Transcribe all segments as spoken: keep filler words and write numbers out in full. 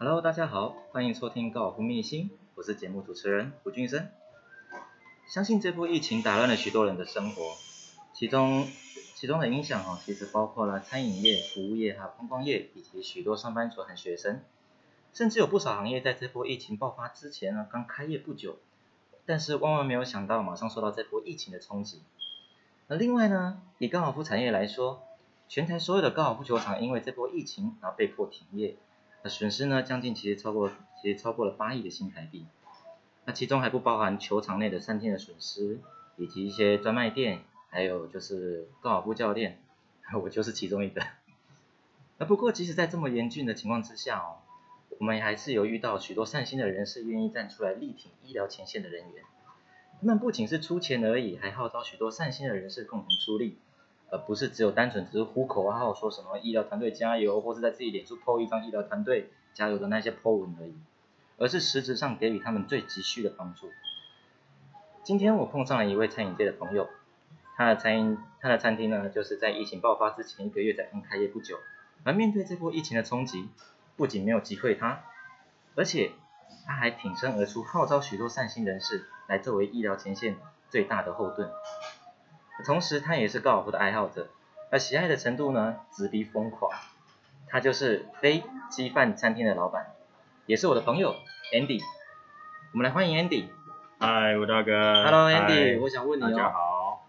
Hello， 大家好，欢迎收听高尔夫秘辛，我是节目主持人胡俊生。相信这波疫情打乱了许多人的生活，其中其中的影响哦，其实包括了餐饮业、服务业还有观光业，以及许多上班族和学生，甚至有不少行业在这波疫情爆发之前呢，刚开业不久，但是万万没有想到马上受到这波疫情的冲击。而另外呢，以高尔夫产业来说，全台所有的高尔夫球场因为这波疫情然后被迫停业，那损失呢将近其实超过其实超过了八亿的新台币。那其中还不包含球场内的餐厅的损失，以及一些专卖店，还有就是高尔夫教练，我就是其中一个。那不过即使在这么严峻的情况之下哦，我们还是有遇到许多善心的人士愿意站出来力挺医疗前线的人员。他们不仅是出钱而已，还号召许多善心的人士共同出力，而不是只有单纯只是呼口号说什么医疗团队加油，或是在自己脸书 po 一张医疗团队加油的那些 po 文而已，而是实质上给予他们最急需的帮助。今天我碰上了一位餐饮界的朋友，他的餐饮他的餐厅呢，就是在疫情爆发之前一个月才刚开业不久，而面对这波疫情的冲击，不仅没有击溃他，而且他还挺身而出，号召许多善心人士来作为医疗前线最大的后盾。同时他也是高尔夫的爱好者，而喜爱的程度呢直逼疯狂。他就是非鸡饭餐厅的老板，也是我的朋友 Andy。 我们来欢迎 Andy。 嗨，吴大哥。 Hello Andy， 我想问你哦， 大家好。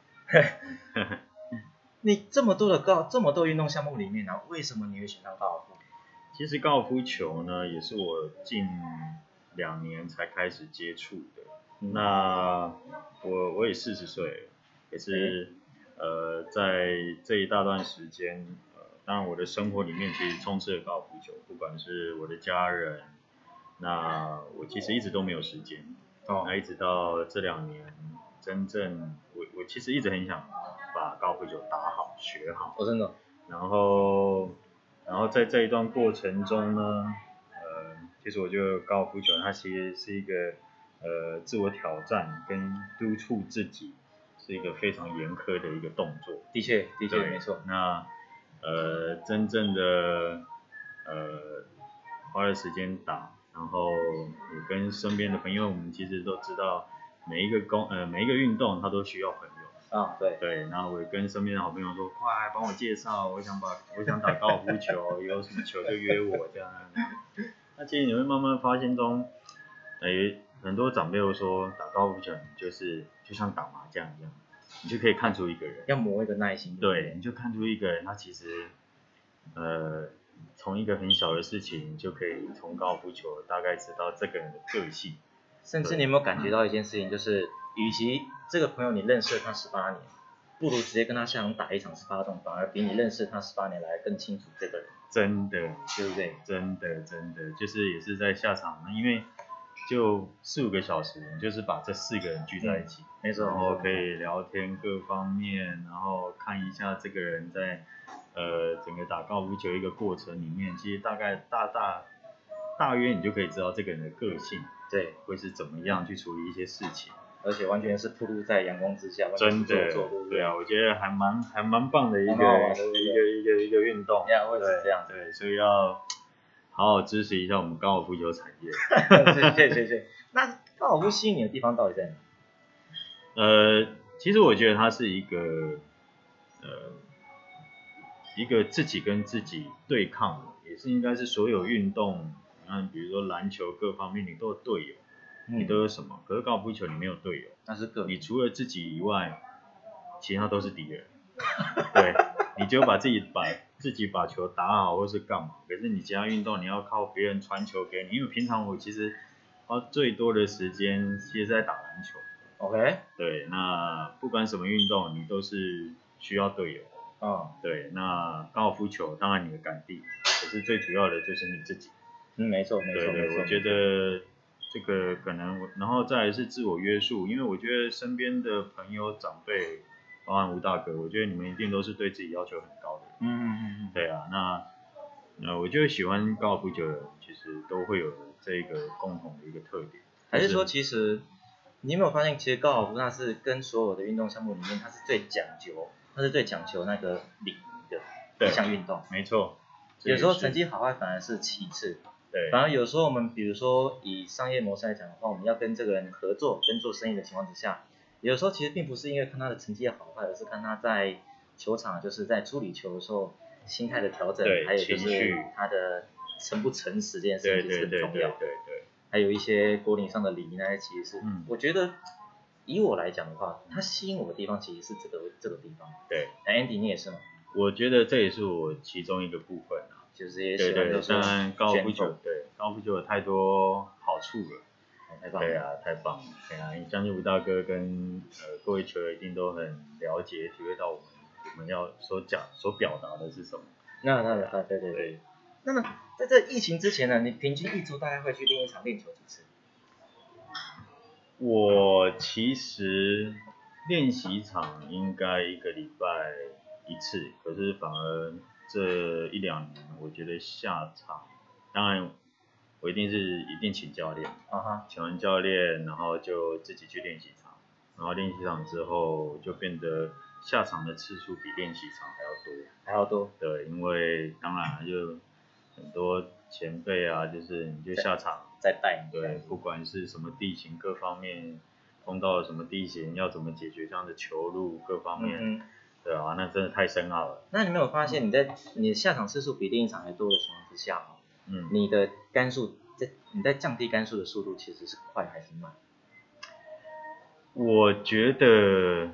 你这么多的高这么多运动项目里面呢、啊，为什么你会选上高尔夫？ 其实高尔夫球呢，也是我近两年才开始接触的。嗯、那我我也四十岁了，可是、欸、呃，在这一大段时间，呃，当然我的生活里面其实充斥了高尔夫球，不管是我的家人，那我其实一直都没有时间。哦。那一直到这两年，真正我我其实一直很想把高尔夫球打好学好。 哦，真的。 然后。然后在这一段过程中呢，呃，其实我觉得高尔夫球它其实是一个呃自我挑战跟督促自己，是一个非常严苛的一个动作。 的确，的确没错。 那呃真正的呃花了时间打，然后也跟身边的朋友，我们其实都知道每一个工呃每一个运动它都需要朋友。 啊，对对，然后我跟身边的好朋友说，快帮我介绍，我想把我想打高尔夫球，有什么球就约我这样。那其实你会慢慢发现中，哎，很多长辈会说打高尔夫球就是就像打麻将一样，你就可以看出一个人， 要磨一个耐心。 对，对你就看出一个人，他其实呃从一个很小的事情，就可以从高尔夫球大概知道这个人的个性。 甚至你有没有感觉到一件事情，就是与其这个朋友你认识他十八年，不如直接跟他下场打一场十八洞，反而比你认识他十八年来更清楚这个人。 真的， 对不对？ 真的真的，就是也是在下场，因为就四五个小时，你就是把这四个人聚在一起， 嗯、没错， 然后可以聊天各方面，然后看一下这个人在呃整个打高尔夫球一个过程里面，其实大概大大大约你就可以知道这个人的个性。对，会是怎么样去处理一些事情， 而且完全是暴露在阳光之下， 真的， 对不对？ 对啊，我觉得还蛮还蛮棒的一个一个一个一个运动， 呀，我也是这样， 对，所以要好好支持一下我们高尔夫球产业。 谢谢谢谢。那高尔夫吸引你的地方到底在哪？ 呃，其实我觉得它是一个呃一个自己跟自己对抗，也是应该是所有运动。那比如说篮球各方面，你都有队友，嗯、你都有什么？可是高尔夫球你没有队友， 那是个你除了自己以外，其他都是敌人。对，你就把自己把自己把球打好，或是干嘛？可是你其他运动你要靠别人传球给你，因为平常我其实花最多的时间其实在打篮球。 OK。 对，那不管什么运动，你都是需要队友。 嗯。 对，那高尔夫球当然你的杆弟，可是最主要的就是你自己。 嗯，没错，没错， 对对，我觉得这个可能，然后再来是自我约束，因为我觉得身边的朋友长辈，包含吴大哥，我觉得你们一定都是对自己要求很高的。 嗯嗯嗯嗯。 对啊，那呃，我觉得喜欢高尔夫球的人，其实都会有这个共同的一个特点。 还是说，其实你有没有发现，其实高尔夫它是跟所有的运动项目里面，它是最讲究，它是最讲求那个礼仪的一项运动。 没错。 有时候成绩好坏反而是其次。 对。 反而有时候我们比如说以商业模式来讲的话，我们要跟这个人合作、跟做生意的情况之下，有时候其实并不是因为看他的成绩好坏，而是看他在球场就是在处理球的时候心态的调整，还有就是他的诚不诚实这件事情其实很重要。 对对对对对。 还有一些国领上的礼仪那些其实是， 嗯， 我觉得以我来讲的话，它吸引我的地方其实是这个这个地方。 对。 那 Andy 你也是吗？ 我觉得这也是我其中一个部分啊， 就是也喜欢就是当然高尔夫球，对高尔夫球有太多好处了。 太棒了。 对啊，太棒了。对啊，你相信吴大哥跟呃各位球友一定都很了解、体会到我们我们要所讲、所表达的是什么。 那那那对对对。那么在这疫情之前呢，你平均一周大概会去练一场练球几次？ 我其实练习场应该一个礼拜一次，可是反而这一两年，我觉得下场，当然我一定是一定请教练， 啊哈， 请完教练，然后就自己去练习场，然后练习场之后就变得下场的次数比练习场还要多， 还要多。 对，因为当然就很多前辈啊，就是你就下场再带， 对，不管是什么地形各方面，碰到了什么地形，要怎么解决这样的球路各方面。嗯，对啊，那真的太深奥了。 那你没有发现你在你的下场次数比练习场还多的情况之下，嗯，你的杆数在你在降低杆数的速度其实是快还是慢？ 我觉得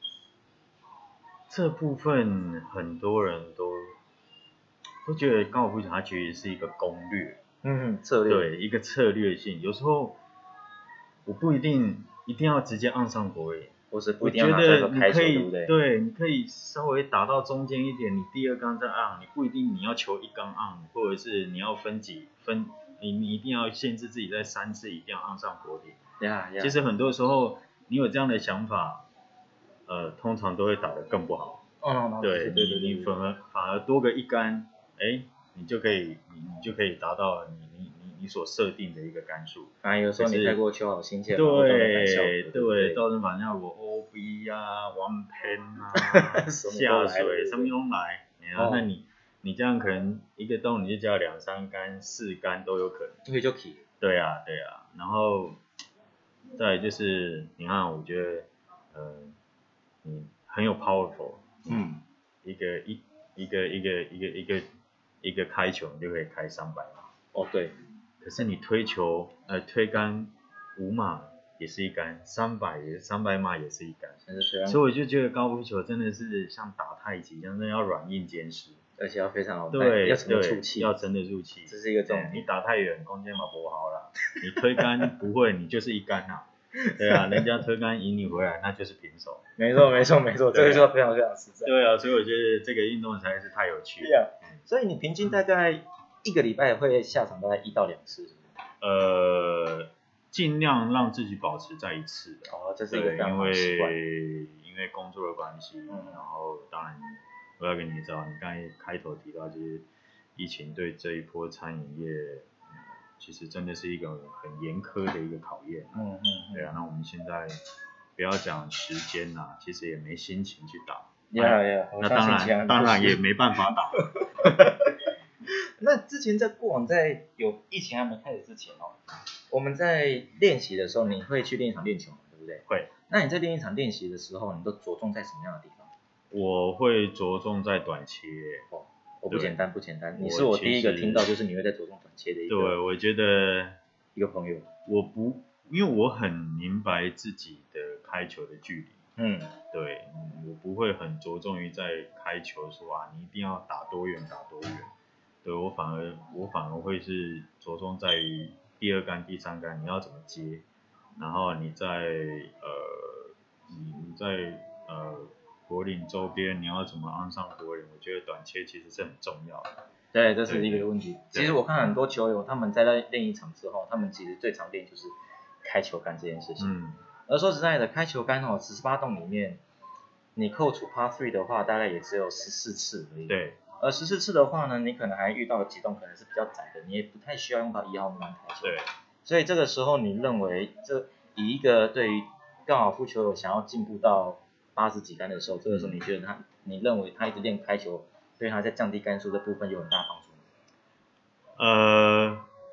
这部分很多人都都觉得高尔夫球它其实是一个攻略， 嗯，策略， 对，一个策略性。有时候我不一定一定要直接按上国垒。 或是不一定要拿这个开球，对不对？ 对，你可以稍微打到中间一点，你第二杆再按，你不一定你要求一杆按，或者是你要分几分，你你一定要限制自己在三次一定要按上国垒。 呀呀。 其实很多时候你有这样的想法，呃，通常都会打得更不好。 哦， 对，你你反而反而多个一杆，哎，你就可以你你就可以达到你你你你所设定的一个杆数。 啊，有时候你太过求好心切， 对对，造成反正我 O B 啊、one pen 啊、下水什么都来，然后那你你这样可能一个洞你就加两三杆、四杆都有可能。 对，就可以。 对啊对啊，然后再来就是你看，我觉得呃你很有 powerful， 嗯，一个一一个一个一个一个一个开球你就可以开三百码。 哦对。 可是你推球呃推杆五码也是一杆，三百也三百码也是一杆，所以我就觉得高尔夫球真的是像打太极一样，真的要软硬兼施， 而且要非常好带， 对， 要沉得住气， 要沉得住气， 这是一个重点。 你打太远，空间嘛不好啦，你推杆不会，你就是一杆啊，对啊，人家推杆赢你回来，那就是平手。 没错没错没错，这个就非常非常实在。 对啊，所以我觉得这个运动实在是太有趣了。 对啊，所以你平均大概一个礼拜会下场大概一到两次，是不是？ 呃，尽量让自己保持在一次的。 哦，这是一个非常好的习惯。 因为因为工作的关系，嗯，然后当然我要跟你知道，你刚才开头提到就是疫情对这一波餐饮业，嗯，其实真的是一个很严苛的一个考验。嗯嗯。对啊，那我们现在不要讲时间啦，其实也没心情去打。 呀呀， 那当然当然也没办法打。 那之前在过往在有疫情还没开始之前哦，我们在练习的时候，你会去练习场练球吗？对不对？ 会。 那你在练习场练习的时候，你都着重在什么样的地方？ 我会着重在短切。 哦，我不简单不简单，你是我第一个听到就是你会在着重短切的一个。 对，我觉得一个朋友。 我不，因为我很明白自己的开球的距离。嗯，对，我不会很着重于在开球说啊，你一定要打多远打多远。对，我反而我反而会是着重在于第二杆第三杆你要怎么接，然后你在呃你你在呃果岭周边你要怎么按上果岭，我觉得短切其实是很重要的。 对，这是一个问题。其实我看很多球友他们在练一场之后，他们其实最常练就是开球杆这件事情。嗯。而说实在的，开球杆哦，十八洞里面，你扣除 par three 的话，大概也只有十四次而已。对。而十四次的话呢，你可能还遇到几洞可能是比较窄的，你也不太需要用到一号木杆开球。对。所以这个时候，你认为这以一个对于高尔夫球友想要进步到八十几杆的时候，这个时候你觉得他，你认为他一直练开球，对他在降低杆数这部分有很大帮助吗？ 呃，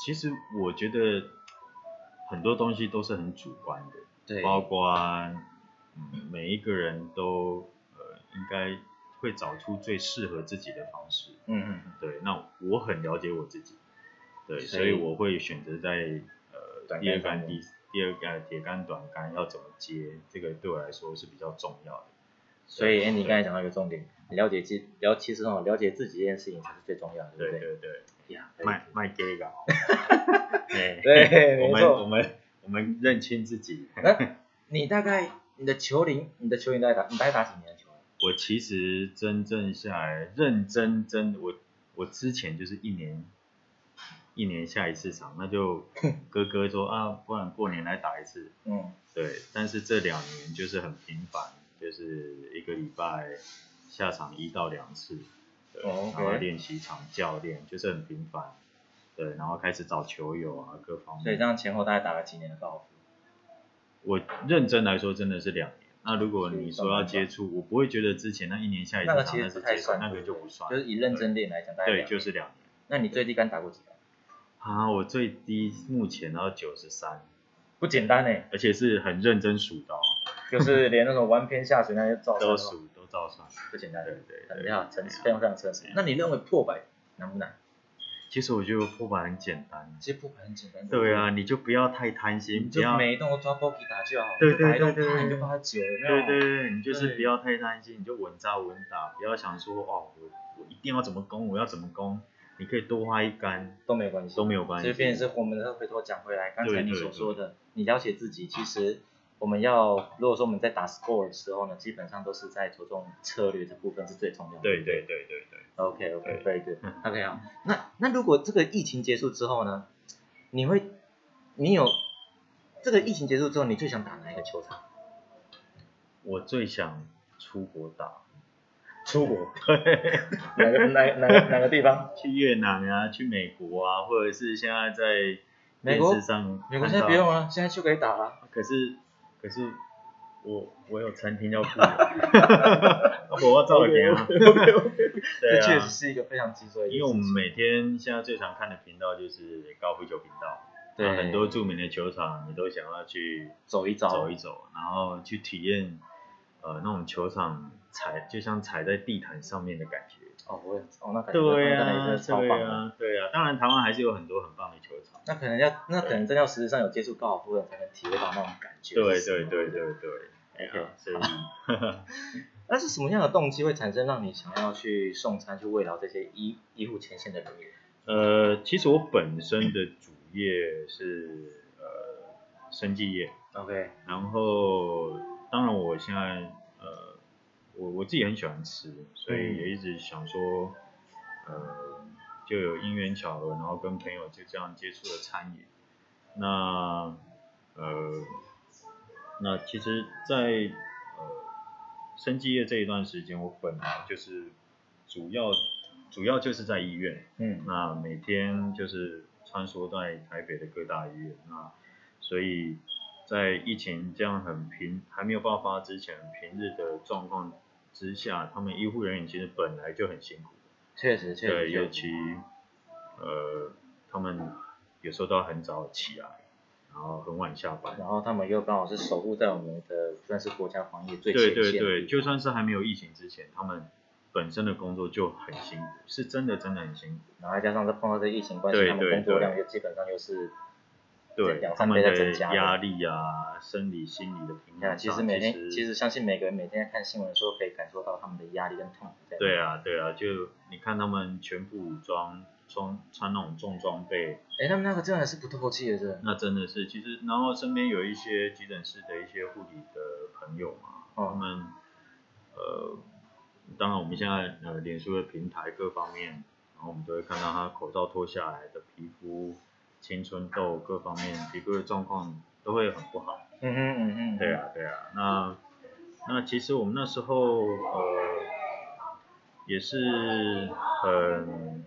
其实我觉得很多东西都是很主观的， 对， 包括嗯每一个人都呃应该会找出最适合自己的方式。 嗯嗯嗯。 对，那我很了解我自己，对，所以我会选择在呃第二杆第第二杆铁杆短杆要怎么接，这个对我来说是比较重要的。 所以你刚才讲到一个重点，了解自了其实哦了解自己这件事情才是最重要的，对不对？对对对。 呀， 卖卖 gay 搞。 对，对我没错。 们我们我们认清自己。 那你大概你的球龄，你的球龄大概打你大概打几年的球？ 我其实真正下来认真真我我之前就是一年一年下一次场，那就哥哥说啊，不然过年来打一次。嗯。对，但是这两年就是很频繁，就是一个礼拜下场一到两次。对，哦 okay. 然后练习场教练就是很频繁。对，然后开始找球友啊，各方面。 所以这样前后大概打了几年的高尔夫？ 我认真来说真的是两年。那如果你说要接触，我不会觉得之前那一年下一次场那是接触，那个就不算。 就是以认真练来讲，大概对，就是两年。 那你最低杆打过几杆？ 啊，我最低目前到九十三。 不简单哎。 而且是很认真数的哦。 就是连那种弯偏下水那些照都数都照算。 不简单。 对对对。 很厉害，诚实，非常非常诚实。那你认为破百难不难？ 其实我觉得破百很简单。 其实破百很简单。 对啊，你就不要太贪心， 你就每一栋都抓 bogey 打就好。 对对对对。你就把它九， 对对对，你就是不要太贪心，你就稳扎稳打，不要想说哦，我我一定要怎么攻，我要怎么攻，你可以多花一杆都没关系， 都没有关系。 这边是我们回头讲回来，刚才你所说的，你了解自己，其实我们要如果说我们在打 score 的时候呢，基本上都是在着重策略这部分是最重要的。 对对对对对。 OK OK very good。OK 好，那那如果这个疫情结束之后呢，你会你有这个疫情结束之后，你最想打哪一个球场？ 我最想出国打。 出国？对。哪个哪哪个哪个地方？ 去越南啊，去美国啊，或者是现在在电视上。 美国现在不用啊，现在就可以打了。 可是可是我我有餐厅要顾。我要照给啊。 这确实是一个非常棘手的。 因为我们每天现在最常看的频道就是高尔夫球频道。对。很多著名的球场，你都想要去走一走， 走一走，然后去体验呃那种球场踩，就像踩在地毯上面的感觉。 哦，我也哦，那感觉对啊， 真的超棒的。对啊， 对啊，当然台湾还是有很多很棒的球场。 那可能要，那可能真要实质上有接触高尔夫的人才能体会到那种感觉。 对对对对对。 OK， 所以。 那是什么样的动机会产生让你想要去送餐，去慰劳这些医医护前线的人员？ 呃，其实我本身的主业是呃生技业。 OK。 然后，当然我现在呃，我我自己很喜欢吃，所以也一直想说，呃，就有因缘巧合，然后跟朋友就这样接触了餐饮。那呃，那其实在，在呃生技业这一段时间，我本来就是主要主要就是在医院。嗯。那每天就是穿梭在台北的各大医院，那所以在疫情这样很平还没有爆发之前，平日的状况之下，他们医护人员其实本来就很辛苦。 确实确实。 对，尤其呃他们有时候都要很早起来，然后很晚下班。 然后他们又刚好是守护在我们的算是国家防疫最前线。 对对对，就算是还没有疫情之前，他们本身的工作就很辛苦，是真的真的很辛苦。 然后再加上这碰到这疫情关系，他们工作量又基本上又是对两三倍在增加。 压力啊，生理心理的平衡上， 其实每天其实相信每个人每天在看新闻的时候，可以感受到他们的压力跟痛苦在。 对啊对啊，就你看他们全副武装，装穿那种重装备。 哎，他们那个真的是不透气的，是。 那真的是，其实然后身边有一些急诊室的一些护理的朋友嘛，哦、他们呃，当然我们现在呃脸书的平台各方面，然后我们都会看到他口罩脱下来的皮肤。青春痘各方面皮肤的状况都会很不好。 嗯哼嗯哼。 对啊对啊，那那其实我们那时候呃也是很，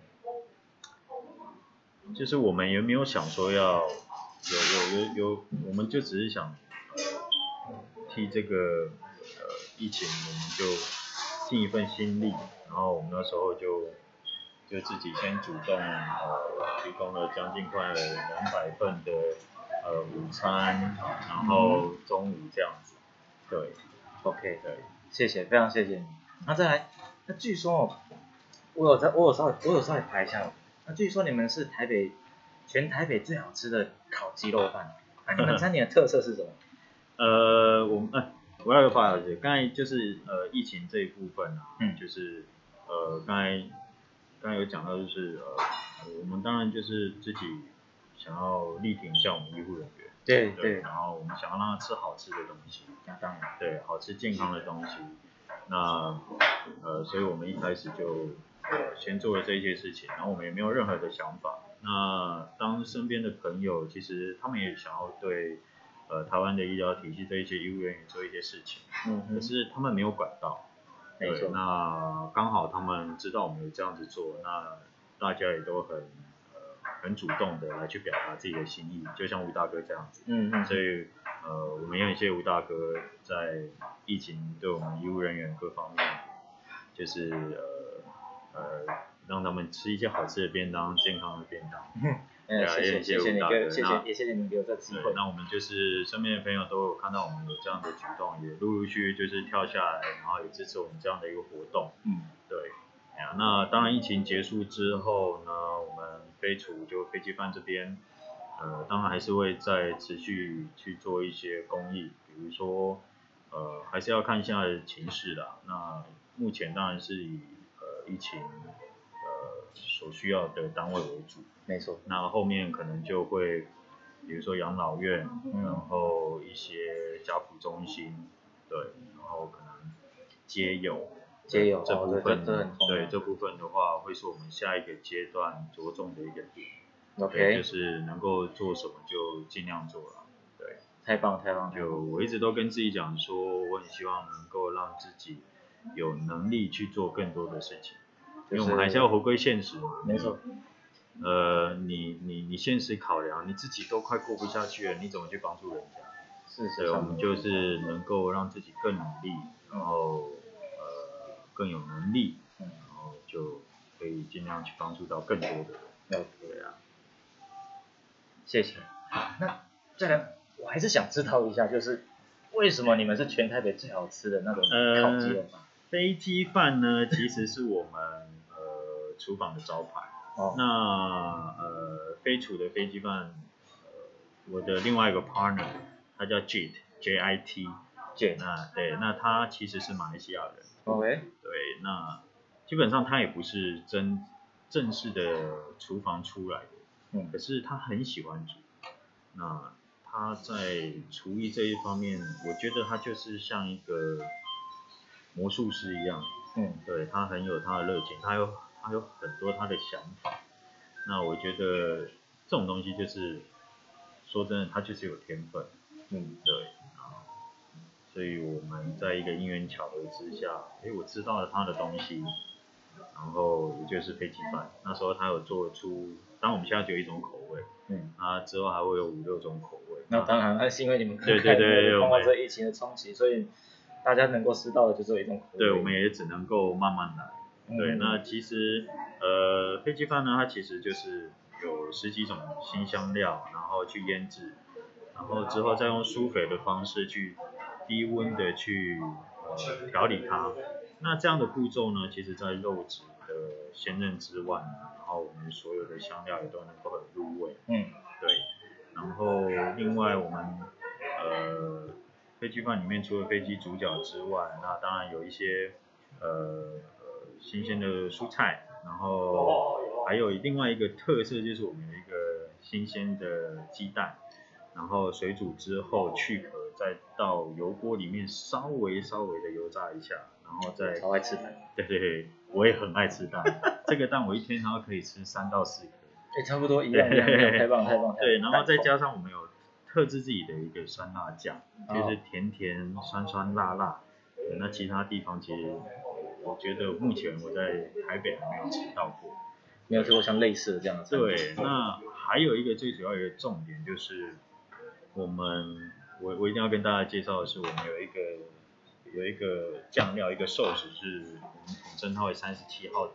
就是我们也没有想说要有有有有，我们就只是想呃替这个呃疫情我们就尽一份心力，然后我们那时候就就自己先主动呃提供了将近快两百份的呃午餐，然后中午这样子。对 ，OK， 对， 谢谢，非常谢谢你。那再来，那据说哦，我有在，我有稍微我有稍微排一下，那据说你们是台北全台北最好吃的烤鸡肉饭，那你们餐点的特色是什么？ 呃，我们哎，我要有不好意思，刚才就是呃疫情这一部分啊， 嗯， 就是呃刚才刚才有讲到就是呃我们当然就是自己想要力挺一下我们医护人员， 对对，然后我们想要让他吃好吃的东西， 那当然， 对，好吃健康的东西，那呃所以我们一开始就呃先做了这一些事情，然后我们也没有任何的想法，那当身边的朋友其实他们也想要对呃台湾的医疗体系对一些医务人员做一些事情， 嗯可是他们没有管道，对， 没错， 那刚好他们知道我们有这样子做，那大家也都很呃很主动的来去表达自己的心意，就像吴大哥这样子， 嗯嗯， 所以呃我们也很谢谢吴大哥在疫情对我们医务人员各方面，就是呃呃让他们吃一些好吃的便当，健康的便当。 嗯，谢谢谢谢你给，谢谢也谢谢你给我这机会。 那我们就是身边的朋友都有看到我们有这样的举动，也陆陆续续就是跳下来，然后也支持我们这样的一个活动。 嗯， 对。呀，那当然疫情结束之后呢，我们飞厨就飞机饭这边，呃，当然还是会再持续去做一些公益，比如说，呃，还是要看一下情势啦。那目前当然是以呃疫情呃所需要的单位为主。 没错。 那后面可能就会，比如说养老院， 嗯、 然后一些家福中心，对，然后可能街友。 街友这部分， 哦、这, 这很对这部分的话，会是我们下一个阶段着重的一个点。 OK， 就是能够做什么就尽量做了。对， 太棒太棒。 就我一直都跟自己讲说，我很希望能够让自己有能力去做更多的事情，就是、因为我们还是要回归现实嘛。 没错。 呃，你你你现实考量，你自己都快过不下去了，你怎么去帮助人家？ 是是。 所以我们就是能够让自己更努力，然后呃更有能力，然后就可以尽量去帮助到更多的人。对啊。 谢谢。那再来，我还是想知道一下，就是为什么你们是全台北最好吃的那种烤鸡肉饭？ 呃，飞机饭呢，其实是我们呃厨房的招牌。哦。那呃飞厨的飞机饭，呃我的另外一个 partner， 他叫 Jit J I T Jit， 那对，那他其实是马来西亚人。 OK。 对，那基本上他也不是真正式的厨房出来的。嗯，可是他很喜欢煮，那他在厨艺这一方面，我觉得他就是像一个魔术师一样，嗯，对，他很有他的热情，他有他有很多他的想法，那我觉得这种东西就是说真的，他就是有天分，嗯，对，所以我们在一个因缘巧合之下，哎，我知道了他的东西，然后也就是飞机饭，那时候他有做出。当然我们现在只有一种口味，嗯，啊之后还会有五六种口味。 那当然，那是因为你们对对对， 碰到这疫情的冲击，所以大家能够吃到的就只有一种口味。 对，我们也只能够慢慢来。嗯、对，那其实呃飞机饭呢，它其实就是有十几种辛香料，然后去腌制，然后之后再用疏肥的方式去低温的去呃调理它。那这样的步骤呢，其实在肉质的鲜嫩之外，然后我们所有的香料也都能够很入味。嗯，对。然后另外我们呃飞机饭里面除了飞机主角之外，那当然有一些呃呃新鲜的蔬菜，然后还有另外一个特色就是我们有一个新鲜的鸡蛋，然后水煮之后去壳，再到油锅里面稍微稍微的油炸一下。然后再超爱吃蛋， 对对对，我也很爱吃蛋。这个蛋我一天然后可以吃三到四颗， 哎，差不多一样一样，太棒太棒。 对，然后再加上我们有特制自己的一个酸辣酱，就是甜甜酸酸辣辣。那其他地方其实我觉得目前我在台北还没有吃到过， 没有吃过像类似的这样的。 对，那还有一个最主要的一个重点就是我们我我一定要跟大家介绍的是，我们有一个。有一个酱料，一个寿司是我们统称它为三十七号酱。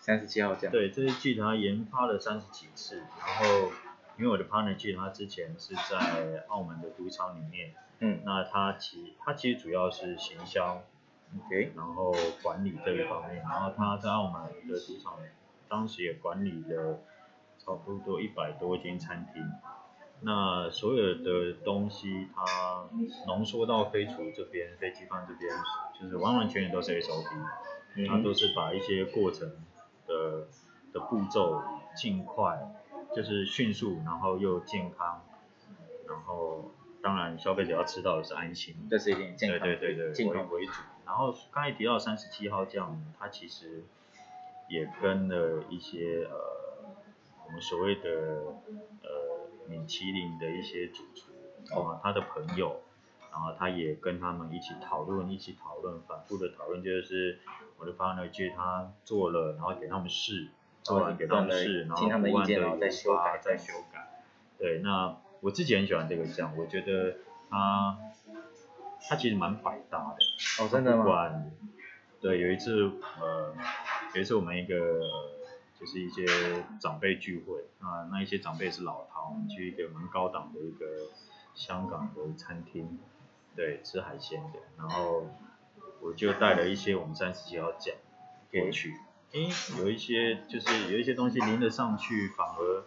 三十七号这样。 对，这支吉他研发了三十几次，然后因为我的 partner 吉他之前是在澳门的赌场里面， 嗯， 那他其他其实主要是行销 ，OK， 然后管理这一方面，然后他在澳门的赌场当时也管理了差不多一百多间餐厅。那所有的东西它浓缩到飞厨这边，飞机饭这边，就是完完全全都是 S O P，嗯、它都是把一些过程的的步骤尽快，就是迅速，然后又健康，然后当然消费者要吃到的是安心， 这是一点健康， 对对对对， 为为主。然后刚才提到三十七号酱，它其实也跟了一些呃我们所谓的呃。米其林的一些主厨，啊，他的朋友，然后他也跟他们一起讨论，一起讨论，反复的讨论，就是我的 partner 接他做了，然后给他们试，做完给他们试，然后不断的研发，再修改。对，那我自己很喜欢这个酱，我觉得他他其实蛮百搭的。 哦，真的吗？ 不管，对，有一次呃，有一次我们一个。就是一些长辈聚会啊，那一些长辈是老饕，我们去一个蛮高档的一个香港的餐厅，对，吃海鲜的，然后我就带了一些我们三十七号酱过去，诶，有一些就是有一些东西淋了上去，反而，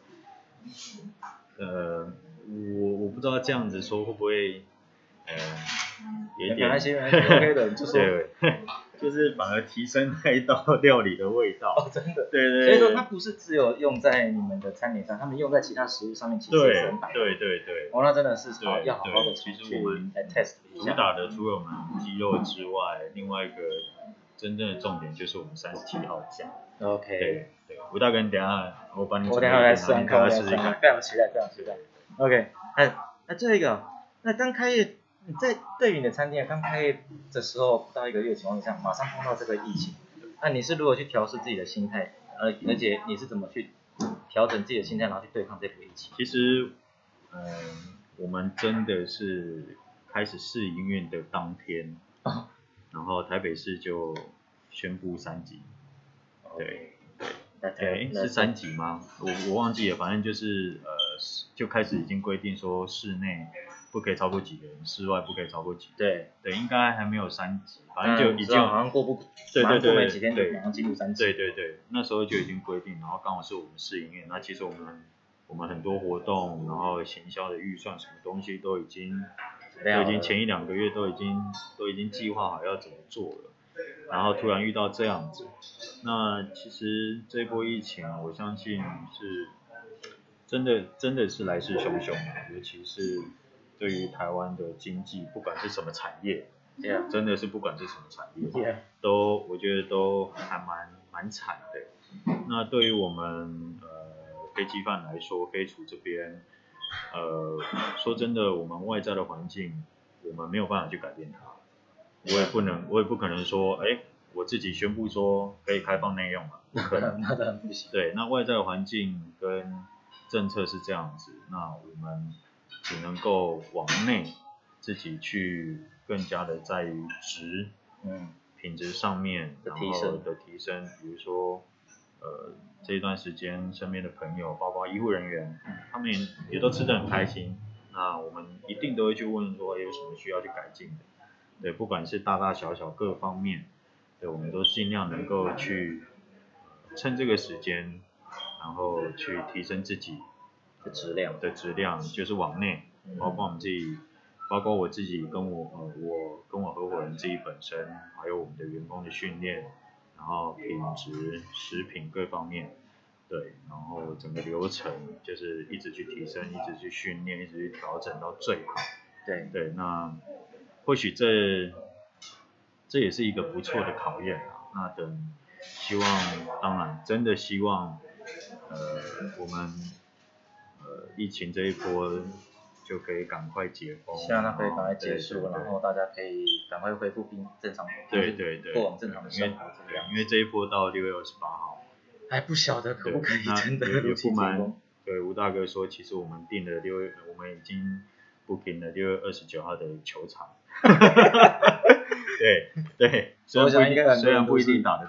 呃，我我不知道这样子说会不会，呃，有一点， 没关系，没关系 ，OK 的，就说。 对就是反而提升那一道料理的味道。 哦，真的。 对对对。 所以说它不是只有用在你们的餐点上，他们用在其他食物上面其实也是很百搭。 对对对。 哦，那真的是好要好好的其实我们来 test 一下。 主打的除了我们鸡肉之外，另外一个真正的重点就是我们三十七号酱。 OK。 对对，吴大哥，等下我帮你。 我等下来试看看，我试试看。 非常期待，非常期待。OK， 那那最后一个，那刚开业。你在对于你的餐厅刚开业的时候，不到一个月的情况下，马上碰到这个疫情，那你是如何去调试自己的心态？而而且你是怎么去调整自己的心态，然后去对抗这波疫情？ 其实，嗯、呃，我们真的是开始试营运的当天，哦、然后台北市就宣布三级，对对，对，是三级吗？我我忘记了，反正就是呃，就开始已经规定说室内。不可以超过几个人，室外不可以超过几个人。对，对，应该还没有三级，反正就已经好像过不， 对对对， 没几天就马上进入三级。 对对对，那时候就已经规定，然后刚好是我们试营运，那其实我们我们很多活动，然后行销的预算什么东西都已经都已经前一两个月都已经都已经计划好要怎么做了，然后突然遇到这样子，那其实这波疫情，我相信是真的真的是来势汹汹啊，尤其是。对于台湾的经济，不管是什么产业， yeah. 真的是不管是什么产业， yeah. 都我觉得都还蛮蛮惨的。那对于我们呃飞机饭来说，飞厨这边，呃说真的，我们外在的环境，我们没有办法去改变它。我也不能，我也不可能说，哎，我自己宣布说可以开放内用了，不可能， 那当然不行。 对，那外在的环境跟政策是这样子，那我们。只能够往内自己去更加的在于质，嗯，品质上面然后的提升，比如说呃这一段时间身边的朋友，包括医护人员，嗯、他们也也都吃得很开心。那我们一定都会去问说有什么需要去改进的，对，不管是大大小小各方面，对，我们都尽量能够去趁这个时间，然后去提升自己。 的质量的质量就是往内，包括我们自己，包括我自己跟我呃我跟我合伙人自己本身，还有我们的员工的训练，然后品质、食品各方面，对，然后整个流程就是一直去提升，一直去训练，一直去调整到最好。 对对，那或许这这也是一个不错的考验啊。那等希望，当然真的希望，呃我们。呃，疫情这一波就可以赶快解封， 希望它可以赶快结束，对对对，然后大家可以赶快恢复并正常， 对对对， 过往正常的生活这样。 因为这一波到六月二十八号， 还不晓得可不可以真的如期解封。对，吴大哥说，其实我们定了六月，我们已经 booking 了六月二十九号的球场。对对，虽然不一定，虽然不一定打得到了。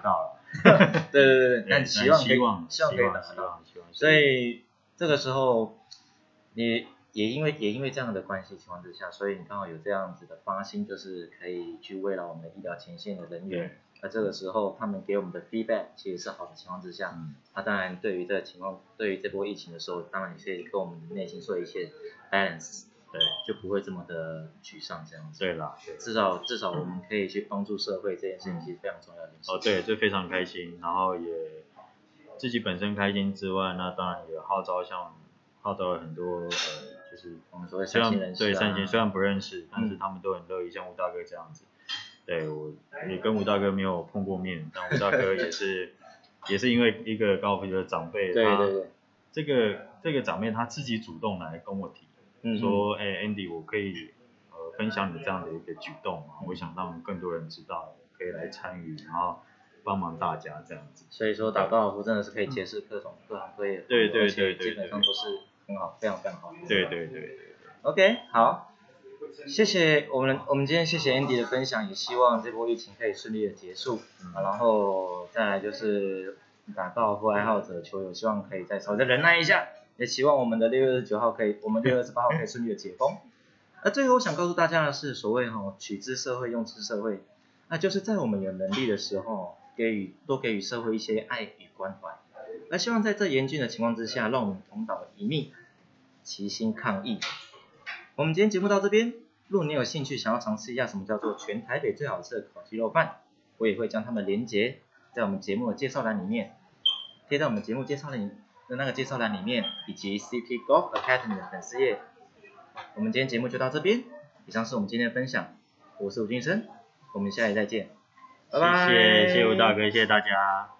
对对对，但希望可以， 希望希望可以达到。 希望希望所以这个时候，你也因为也因为这样的关系情况之下，所以你刚好有这样子的发心，就是可以去慰劳我们的医疗前线的人员。那这个时候他们给我们的 feedback 其实是好的情况之下，嗯，那当然对于这个情况，对于这波疫情的时候，当然也是跟我们的内心做一些 balance。对，就不会这么的沮丧这样子。 对啦，对， 至少至少我们可以去帮助社会，这件事情其实非常重要的。 哦，对，这非常开心，然后也自己本身开心之外，那当然也号召像号召了很多呃，就是我们所谓善心人士、啊、 对善心，虽然不认识，但是他们都很乐意，像吴大哥这样子。对我也跟吴大哥没有碰过面，但吴大哥也是也是因为一个高尔夫球的长辈， 对对对， 这个这个长辈他自己主动来跟我提。嗯、说，哎、欸、，Andy， 我可以呃分享你这样的一个举动嘛？嗯、我想让更多人知道，可以来参与，然后帮忙大家这样子。 所以说打高尔夫真的是可以结识各种各行各业， 对对对对， 基本上都是很好，非常非常好。 对对对对对。 OK， 好，谢谢我们我们今天谢谢 Andy 的分享，也希望这波疫情可以顺利的结束。嗯、然后再来就是打高尔夫爱好者球友，希望可以再稍微再忍耐一下。也希望我们的六月二十九号可以，我们六月二十八号可以顺利的解封。那最后我想告诉大家的是，所谓哈、哦、取之社会，用之社会，那就是在我们有能力的时候，给予多给予社会一些爱与关怀。那希望在这严峻的情况之下，让我们同岛一命，齐心抗疫。我们今天节目到这边，如果你有兴趣想要尝试一下什么叫做全台北最好吃的烤鸡肉饭，我也会将它们连结在我们节目的介绍栏里面，贴在我们节目介绍栏里。的那个介绍栏里面，以及 C P Golf Academy 的粉丝页。我们今天节目就到这边，以上是我们今天的分享，我是吴俊生，我们下期再见，拜拜。 谢谢谢谢吴大哥，谢谢大家。